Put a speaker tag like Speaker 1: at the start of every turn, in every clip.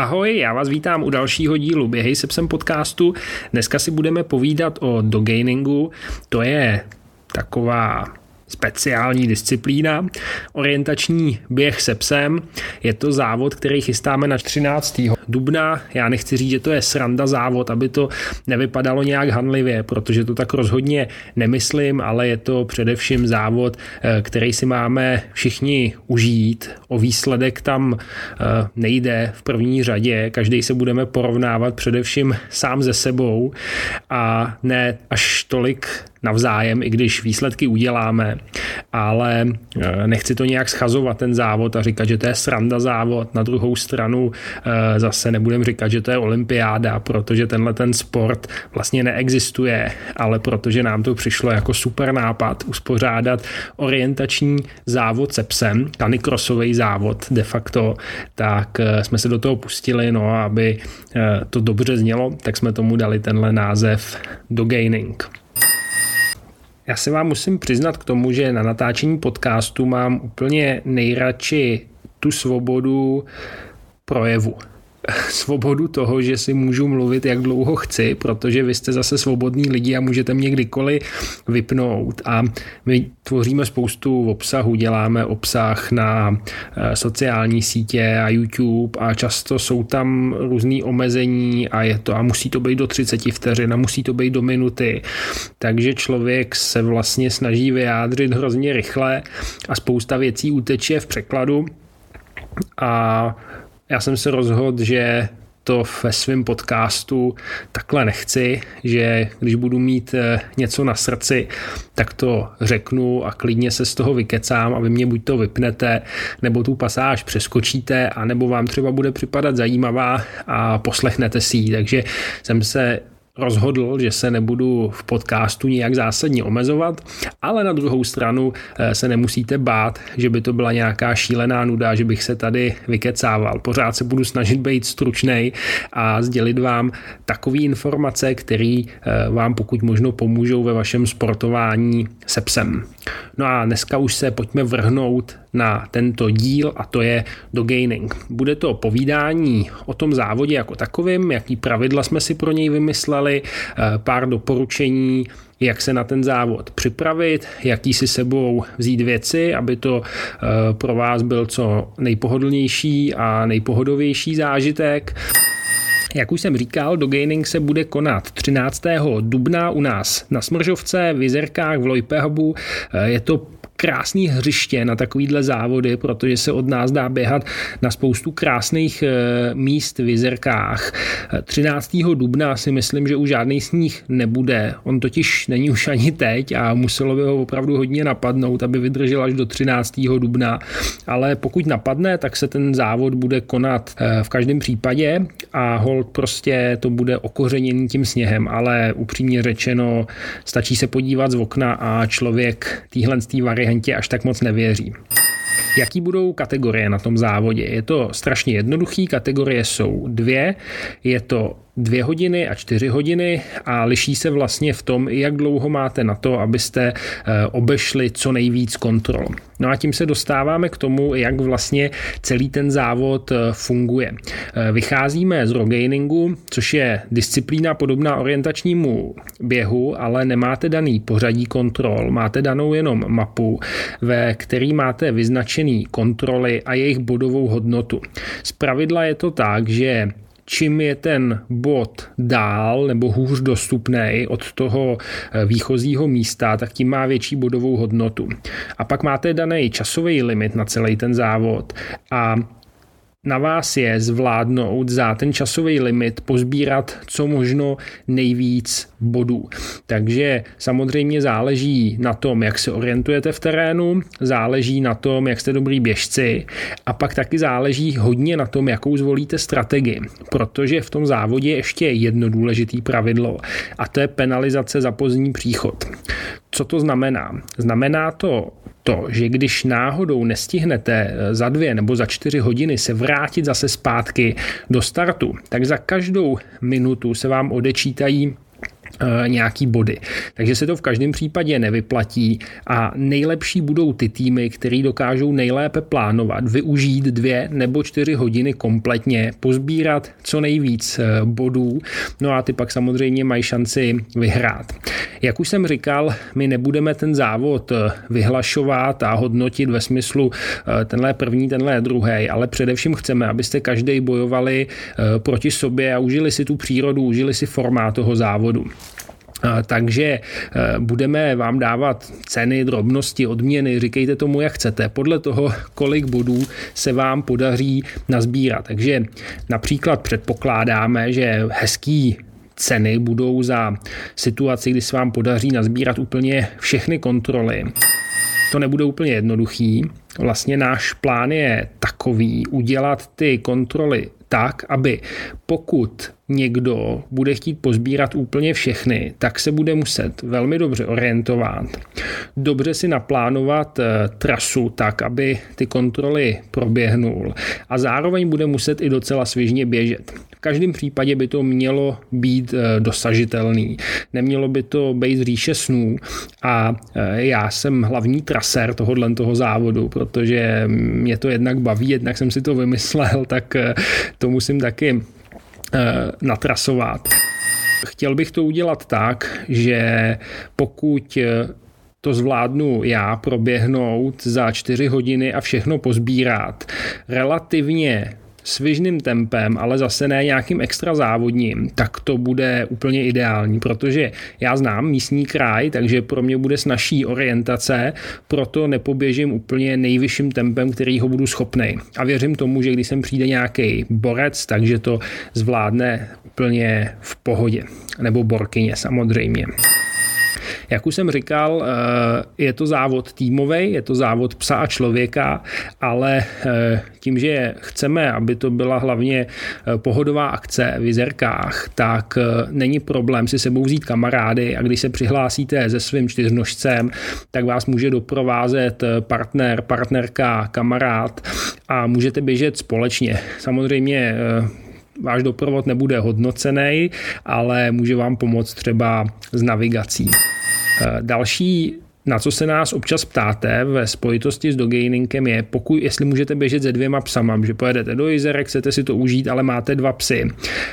Speaker 1: Ahoj, já vás vítám u dalšího dílu Běhej se psem podcastu. Dneska si budeme povídat o dogainingu. To je taková speciální disciplína, orientační běh se psem. Je to závod, který chystáme na 13. dubna. Já nechci říct, že to je sranda závod, aby to nevypadalo nějak hanlivě, protože to tak rozhodně nemyslím, ale je to především závod, který si máme všichni užít. O výsledek tam nejde v první řadě. Každý se budeme porovnávat především sám se sebou a ne až tolik navzájem, i když výsledky uděláme, ale nechci to nějak schazovat ten závod a říkat, že to je sranda závod. Na druhou stranu zase nebudem říkat, že to je olympiáda, protože tenhle ten sport vlastně neexistuje, ale protože nám to přišlo jako super nápad uspořádat orientační závod se psem, canicrossový závod de facto, tak jsme se do toho pustili, no a aby to dobře znělo, tak jsme tomu dali tenhle název dogaining. Já se vám musím přiznat k tomu, že na natáčení podcastu mám úplně nejradši tu svobodu projevu. Svobodu toho, že si můžu mluvit, jak dlouho chci, protože vy jste zase svobodní lidi a můžete mě kdykoliv vypnout. A my tvoříme spoustu obsahu, děláme obsah na sociální sítě a YouTube a často jsou tam různý omezení a musí to být do 30 vteřin a musí to být do minuty. Takže člověk se vlastně snaží vyjádřit hrozně rychle a spousta věcí uteče v překladu. A já jsem se rozhodl, že to ve svém podcastu takhle nechci, že když budu mít něco na srdci, tak to řeknu a klidně se z toho vykecám a vy mě buď to vypnete, nebo tu pasáž přeskočíte, anebo vám třeba bude připadat zajímavá a poslechnete si ji. Takže jsem se rozhodl, že se nebudu v podcastu nijak zásadně omezovat, ale na druhou stranu se nemusíte bát, že by to byla nějaká šílená nuda, že bych se tady vykecával. Pořád se budu snažit být stručnej a sdělit vám takové informace, které vám pokud možno pomůžou ve vašem sportování se psem. No a dneska už se pojďme vrhnout na tento díl a to je dogaining. Bude to povídání o tom závodě jako takovým, jaký pravidla jsme si pro něj vymysleli, pár doporučení, jak se na ten závod připravit, jaký si sebou vzít věci, aby to pro vás byl co nejpohodlnější a nejpohodovější zážitek. Jak už jsem říkal, dogaining se bude konat 13. dubna u nás na Smržovce, v Jizerkách, v Lojpehubu. Je to krásný hřiště na takovýhle závody, protože se od nás dá běhat na spoustu krásných míst v Jizerkách. 13. dubna si myslím, že už žádný sníh nebude. On totiž není už ani teď a muselo by ho opravdu hodně napadnout, aby vydržel až do 13. dubna. Ale pokud napadne, tak se ten závod bude konat v každém případě a holt prostě to bude okořeněný tím sněhem, ale upřímně řečeno stačí se podívat z okna a člověk téhle variantě až tak moc nevěří. Jaký budou kategorie na tom závodě? Je to strašně jednoduchý, kategorie jsou dvě, je to 2 hodiny a 4 hodiny a liší se vlastně v tom, jak dlouho máte na to, abyste obešli co nejvíc kontrol. No a tím se dostáváme k tomu, jak vlastně celý ten závod funguje. Vycházíme z dogainingu, což je disciplína podobná orientačnímu běhu, ale nemáte daný pořadí kontrol, máte danou jenom mapu, ve který máte vyznačený kontroly a jejich bodovou hodnotu. Zpravidla je to tak, že čím je ten bod dál nebo hůř dostupný od toho výchozího místa, tak tím má větší bodovou hodnotu. A pak máte daný časový limit na celý ten závod a na vás je zvládnout za ten časový limit pozbírat co možno nejvíc bodů. Takže samozřejmě záleží na tom, jak se orientujete v terénu, záleží na tom, jak jste dobrý běžci a pak taky záleží hodně na tom, jakou zvolíte strategii, protože v tom závodě je ještě jedno důležitý pravidlo a to je penalizace za pozdní příchod. Co to znamená? Znamená to, že když náhodou nestihnete za 2 nebo za 4 hodiny se vrátit zase zpátky do startu, tak za každou minutu se vám odečítají nějaký body. Takže se to v každém případě nevyplatí a nejlepší budou ty týmy, který dokážou nejlépe plánovat, využít 2 nebo 4 hodiny kompletně, pozbírat co nejvíc bodů, no a ty pak samozřejmě mají šanci vyhrát. Jak už jsem říkal, my nebudeme ten závod vyhlašovat a hodnotit ve smyslu tenhle je první, tenhle je druhý, ale především chceme, abyste každý bojovali proti sobě a užili si tu přírodu, užili si formát toho závodu. Takže budeme vám dávat ceny, drobnosti, odměny, říkejte tomu, jak chcete, podle toho, kolik bodů se vám podaří nazbírat. Takže například předpokládáme, že hezký ceny budou za situaci, kdy se vám podaří nazbírat úplně všechny kontroly. To nebude úplně jednoduchý. Vlastně náš plán je takový, udělat ty kontroly tak, aby pokud někdo bude chtít pozbírat úplně všechny, tak se bude muset velmi dobře orientovat, dobře si naplánovat trasu tak, aby ty kontroly proběhnul a zároveň bude muset i docela svižně běžet. V každém případě by to mělo být dosažitelný. Nemělo by to být z říše snů a já jsem hlavní trasér toho závodu, protože mě to jednak baví, jednak jsem si to vymyslel, tak to musím taky natrasovat. Chtěl bych to udělat tak, že pokud to zvládnu já proběhnout za 4 hodiny a všechno pozbírat relativně svižným tempem, ale zase ne nějakým extra závodním, tak to bude úplně ideální, protože já znám místní kraj, takže pro mě bude snazší orientace, proto nepoběžím úplně nejvyšším tempem, který ho budu schopnej. A věřím tomu, že když sem přijde nějaký borec, takže to zvládne úplně v pohodě. Nebo borkyně samozřejmě. Jak už jsem říkal, je to závod týmový, je to závod psa a člověka, ale tím, že chceme, aby to byla hlavně pohodová akce v jezerkách, tak není problém si sebou vzít kamarády a když se přihlásíte se svým 4nožcem, tak vás může doprovázet partner, partnerka, kamarád a můžete běžet společně. Samozřejmě váš doprovod nebude hodnocený, ale může vám pomoct třeba s navigací. Další, na co se nás občas ptáte ve spojitosti s dogainingem je, jestli můžete běžet se 2 psama, že pojedete do jezerek, chcete si to užít, ale máte 2 psy.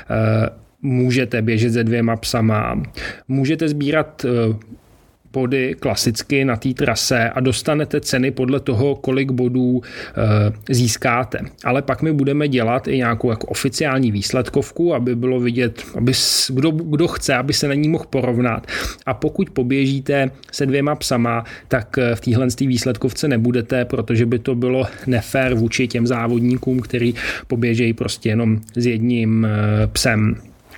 Speaker 1: Můžete běžet se 2 psama, můžete sbírat body klasicky na té trase a dostanete ceny podle toho, kolik bodů získáte. Ale pak my budeme dělat i nějakou jako oficiální výsledkovku, aby bylo vidět, aby kdo chce, aby se na ní mohl porovnat. A pokud poběžíte se 2 psama, tak v téhle výsledkovce nebudete, protože by to bylo nefér vůči těm závodníkům, který poběžejí prostě jenom s 1 psem.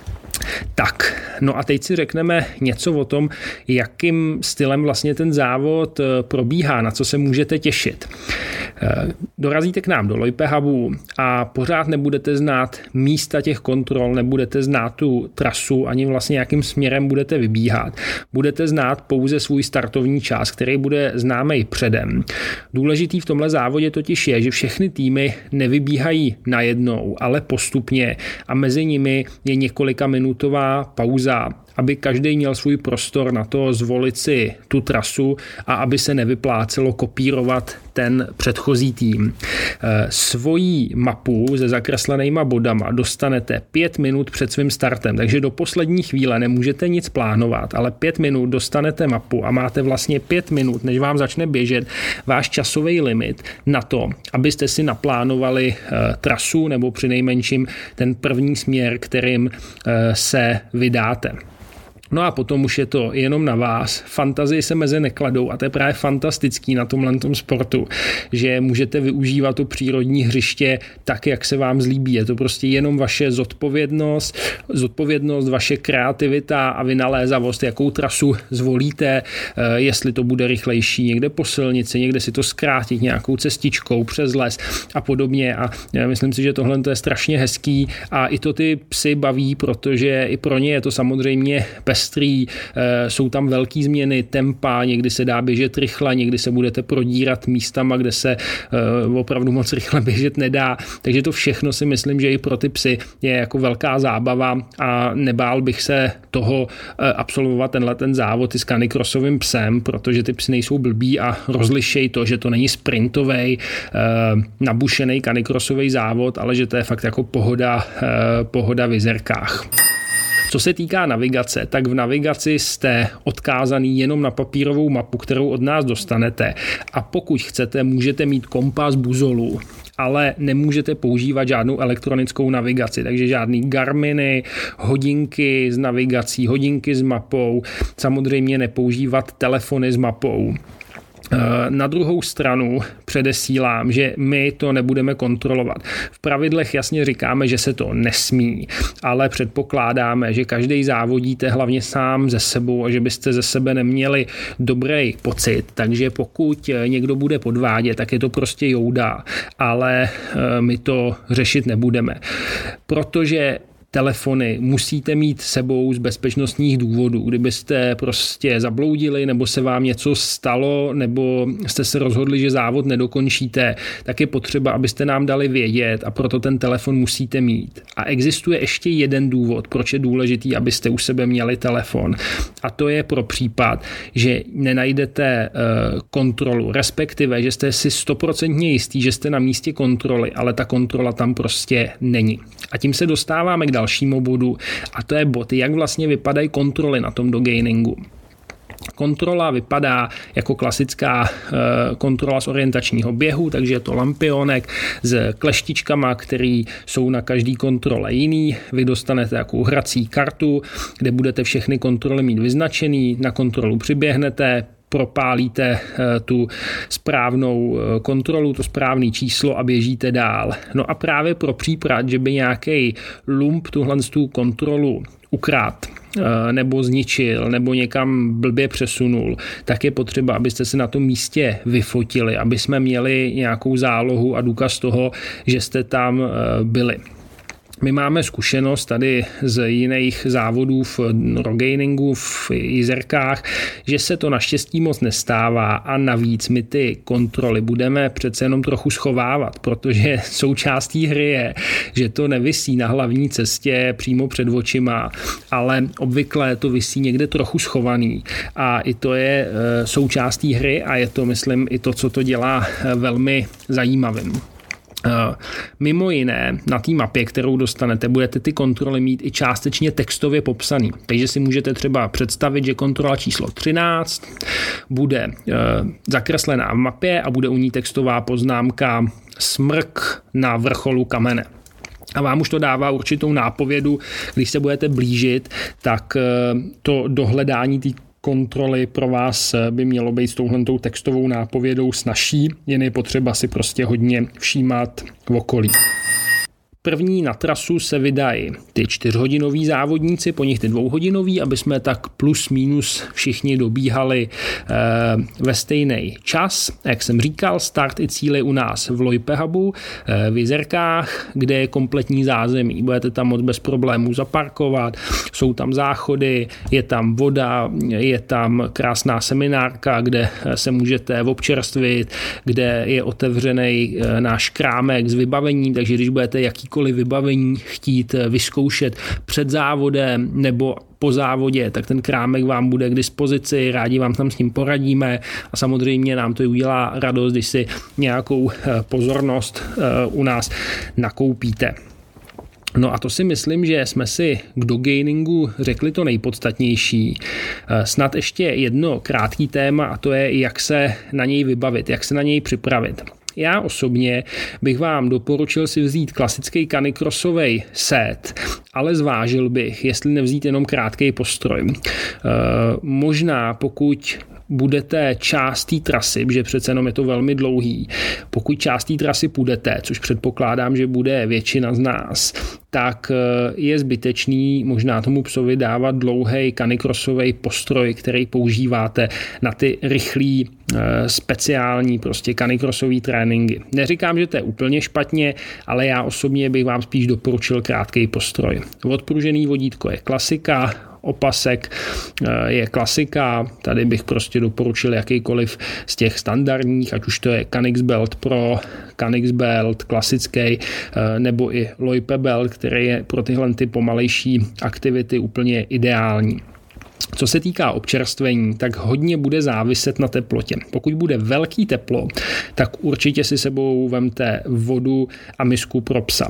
Speaker 1: Tak, no a teď si řekneme něco o tom, jakým stylem vlastně ten závod probíhá, na co se můžete těšit. Dorazíte k nám do Loipe Hubu a pořád nebudete znát místa těch kontrol, nebudete znát tu trasu, ani vlastně jakým směrem budete vybíhat. Budete znát pouze svůj startovní čas, který bude známý předem. Důležitý v tomhle závodě totiž je, že všechny týmy nevybíhají najednou, ale postupně a mezi nimi je několika minutová pauza, aby každý měl svůj prostor na to zvolit si tu trasu a aby se nevyplácelo kopírovat ten předchozí tým. Svojí mapu se zakreslenýma bodama dostanete 5 minut před svým startem, takže do poslední chvíle nemůžete nic plánovat, ale 5 minut dostanete mapu a máte vlastně 5 minut, než vám začne běžet váš časový limit na to, abyste si naplánovali trasu nebo přinejmenším ten první směr, kterým se vydáte. No a potom už je to jenom na vás. Fantazii se meze nekladou a to je právě fantastický na tomhletom sportu, že můžete využívat to přírodní hřiště tak, jak se vám zlíbí. Je to prostě jenom vaše zodpovědnost, vaše kreativita a vynalézavost, jakou trasu zvolíte, jestli to bude rychlejší někde po silnici, někde si to zkrátit nějakou cestičkou přes les a podobně. A já myslím si, že tohle je strašně hezký a i to ty psy baví, protože i pro ně je to samozřejmě bez pestrý, jsou tam velký změny tempa, někdy se dá běžet rychle, někdy se budete prodírat místama, kde se opravdu moc rychle běžet nedá, takže to všechno si myslím, že i pro ty psy je jako velká zábava a nebál bych se toho absolvovat ten závod i s canicrossovým psem, protože ty psy nejsou blbí a rozlišej to, že to není sprintovej, nabušený canicrossový závod, ale že to je fakt jako pohoda v jezerkách. Co se týká navigace, tak v navigaci jste odkázaný jenom na papírovou mapu, kterou od nás dostanete, a pokud chcete, můžete mít kompas, buzolu, ale nemůžete používat žádnou elektronickou navigaci, takže žádný Garminy, hodinky s navigací, hodinky s mapou, samozřejmě nepoužívat telefony s mapou. Na druhou stranu předesílám, že my to nebudeme kontrolovat. V pravidlech jasně říkáme, že se to nesmí, ale předpokládáme, že každý závodíte hlavně sám ze sebou a že byste ze sebe neměli dobrý pocit, takže pokud někdo bude podvádět, tak je to prostě jouda, ale my to řešit nebudeme. Protože telefony musíte mít sebou z bezpečnostních důvodů. Kdybyste prostě zabloudili, nebo se vám něco stalo, nebo jste se rozhodli, že závod nedokončíte, tak je potřeba, abyste nám dali vědět a proto ten telefon musíte mít. A existuje ještě jeden důvod, proč je důležitý, abyste u sebe měli telefon. A to je pro případ, že nenajdete kontrolu, respektive, že jste si 100% jistý, že jste na místě kontroly, ale ta kontrola tam prostě není. A tím se dostáváme k dalšímu bodu, a to je bod, jak vlastně vypadají kontroly na tom dogainingu. Kontrola vypadá jako klasická kontrola z orientačního běhu, takže je to lampionek s kleštičkama, který jsou na každý kontrole jiný. Vy dostanete takovou hrací kartu, kde budete všechny kontroly mít vyznačený, na kontrolu přiběhnete, propálíte tu správnou kontrolu, to správné číslo a běžíte dál. No a právě pro případ, že by nějaký lump tuhle kontrolu ukradl nebo zničil, nebo někam blbě přesunul, tak je potřeba, abyste se na tom místě vyfotili, aby jsme měli nějakou zálohu a důkaz toho, že jste tam byli. My máme zkušenost tady z jiných závodů v rogainingu, v jezerkách, že se to naštěstí moc nestává a navíc my ty kontroly budeme přece jenom trochu schovávat, protože součástí hry je, že to nevisí na hlavní cestě přímo před očima, ale obvykle to visí někde trochu schovaný a i to je součástí hry a je to, myslím, i to, co to dělá velmi zajímavým. Mimo jiné, na té mapě, kterou dostanete, budete ty kontroly mít i částečně textově popsaný. Takže si můžete třeba představit, že kontrola číslo 13 bude zakreslená v mapě a bude u ní textová poznámka smrk na vrcholu kamene. A vám už to dává určitou nápovědu, když se budete blížit, tak to dohledání té kontroly pro vás by mělo být s touhletou textovou nápovědou snazší, jen je potřeba si prostě hodně všímat v okolí. První na trasu se vydají ty 4hodinoví závodníci, po nich ty 2hodinový, aby jsme tak plus minus všichni dobíhali ve stejný čas. Jak jsem říkal, start i cíl je u nás v Loipehabu, v jezerkách, kde je kompletní zázemí. Budete tam moc bez problémů zaparkovat, jsou tam záchody, je tam voda, je tam krásná seminárka, kde se můžete občerstvit, kde je otevřený náš krámek s vybavením, takže když budete jakýkoliv vybavení chtít vyzkoušet před závodem nebo po závodě, tak ten krámek vám bude k dispozici, rádi vám tam s ním poradíme a samozřejmě nám to udělá radost, když si nějakou pozornost u nás nakoupíte. No a to si myslím, že jsme si k dogainingu řekli to nejpodstatnější. Snad ještě jedno krátký téma a to je, jak se na něj vybavit, jak se na něj připravit. Já osobně bych vám doporučil si vzít klasický canicrossový set, ale zvážil bych, jestli nevzít jenom krátký postroj. Možná pokud budete část té trasy, protože přece jenom je to velmi dlouhý, pokud část té trasy půjdete, což předpokládám, že bude většina z nás, tak je zbytečný možná tomu psovi dávat dlouhý canicrossový postroj, který používáte na ty rychlý speciální prostě canicrossový tréninky. Neříkám, že to je úplně špatně, ale já osobně bych vám spíš doporučil krátký postroj. Odpružený vodítko je klasika, opasek je klasika, tady bych prostě doporučil jakýkoliv z těch standardních, ať už to je Canix Belt Pro, Canix Belt klasický, nebo i Loipe Belt, který je pro tyhle ty pomalejší aktivity úplně ideální. Co se týká občerstvení, tak hodně bude záviset na teplotě. Pokud bude velký teplo, tak určitě si sebou vemte vodu a misku pro psa.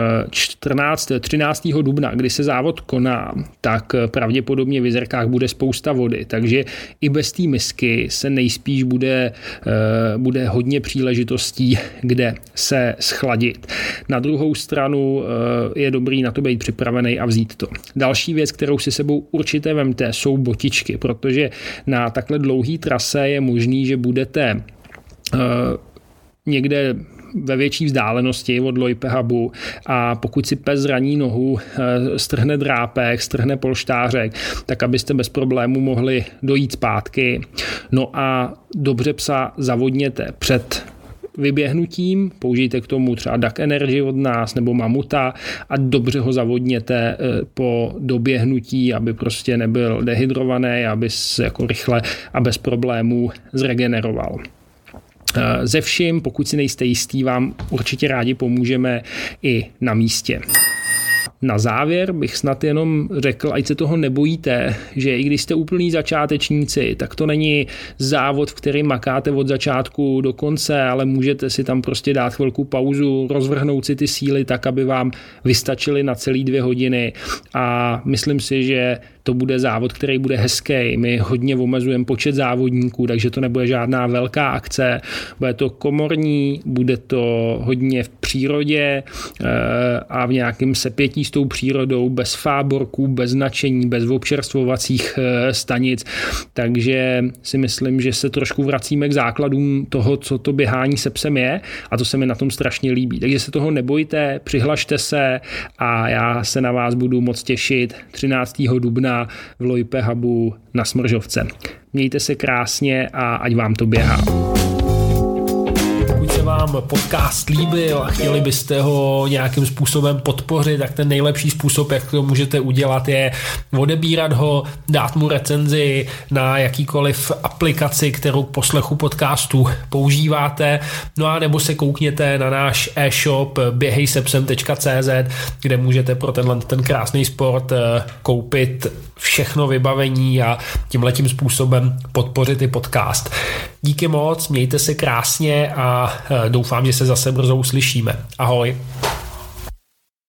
Speaker 1: 13. dubna, kdy se závod koná, tak pravděpodobně v jezerkách bude spousta vody, takže i bez té misky se nejspíš bude hodně příležitostí, kde se schladit. Na druhou stranu je dobrý na to být připravený a vzít to. Další věc, kterou si sebou určitě vemte, jsou botičky, protože na takhle dlouhý trase je možný, že budete někde ve větší vzdálenosti od Loipe hubu a pokud si pes zraní nohu, strhne drápek, strhne polštářek, tak abyste bez problému mohli dojít zpátky. No a dobře psa zavodněte před vyběhnutím, použijte k tomu třeba Duck Energy od nás nebo Mamuta a dobře ho zavodněte po doběhnutí, aby prostě nebyl dehydrovaný, aby se jako rychle a bez problémů zregeneroval. Ze vším, pokud si nejste jistý, vám určitě rádi pomůžeme i na místě. Na závěr bych snad jenom řekl, ať se toho nebojíte, že i když jste úplní začátečníci, tak to není závod, v kterém makáte od začátku do konce, ale můžete si tam prostě dát chvilku pauzu, rozvrhnout si ty síly tak, aby vám vystačily na celý 2 hodiny a myslím si, že to bude závod, který bude hezký. My hodně omezujeme počet závodníků, takže to nebude žádná velká akce. Bude to komorní, bude to hodně v přírodě a v nějakém sepětí s tou přírodou, bez fáborků, bez značení, bez občerstvovacích stanic. Takže si myslím, že se trošku vracíme k základům toho, co to běhání se psem je a to se mi na tom strašně líbí. Takže se toho nebojte, přihlašte se a já se na vás budu moc těšit 13. dubna v Loipe hubu na Smržovce. Mějte se krásně a ať vám to běhá.
Speaker 2: Pokud se vám podcast líbil a chtěli byste ho nějakým způsobem podpořit, tak ten nejlepší způsob, jak to můžete udělat, je odebírat ho, dát mu recenzi na jakýkoliv aplikaci, kterou k poslechu podcastu používáte, no a nebo se koukněte na náš e-shop běhejsepsem.cz, kde můžete pro ten krásný sport koupit všechno vybavení a tímhletím způsobem podpořit i podcast. Díky moc, mějte se krásně a doufám, že se zase brzo uslyšíme. Ahoj.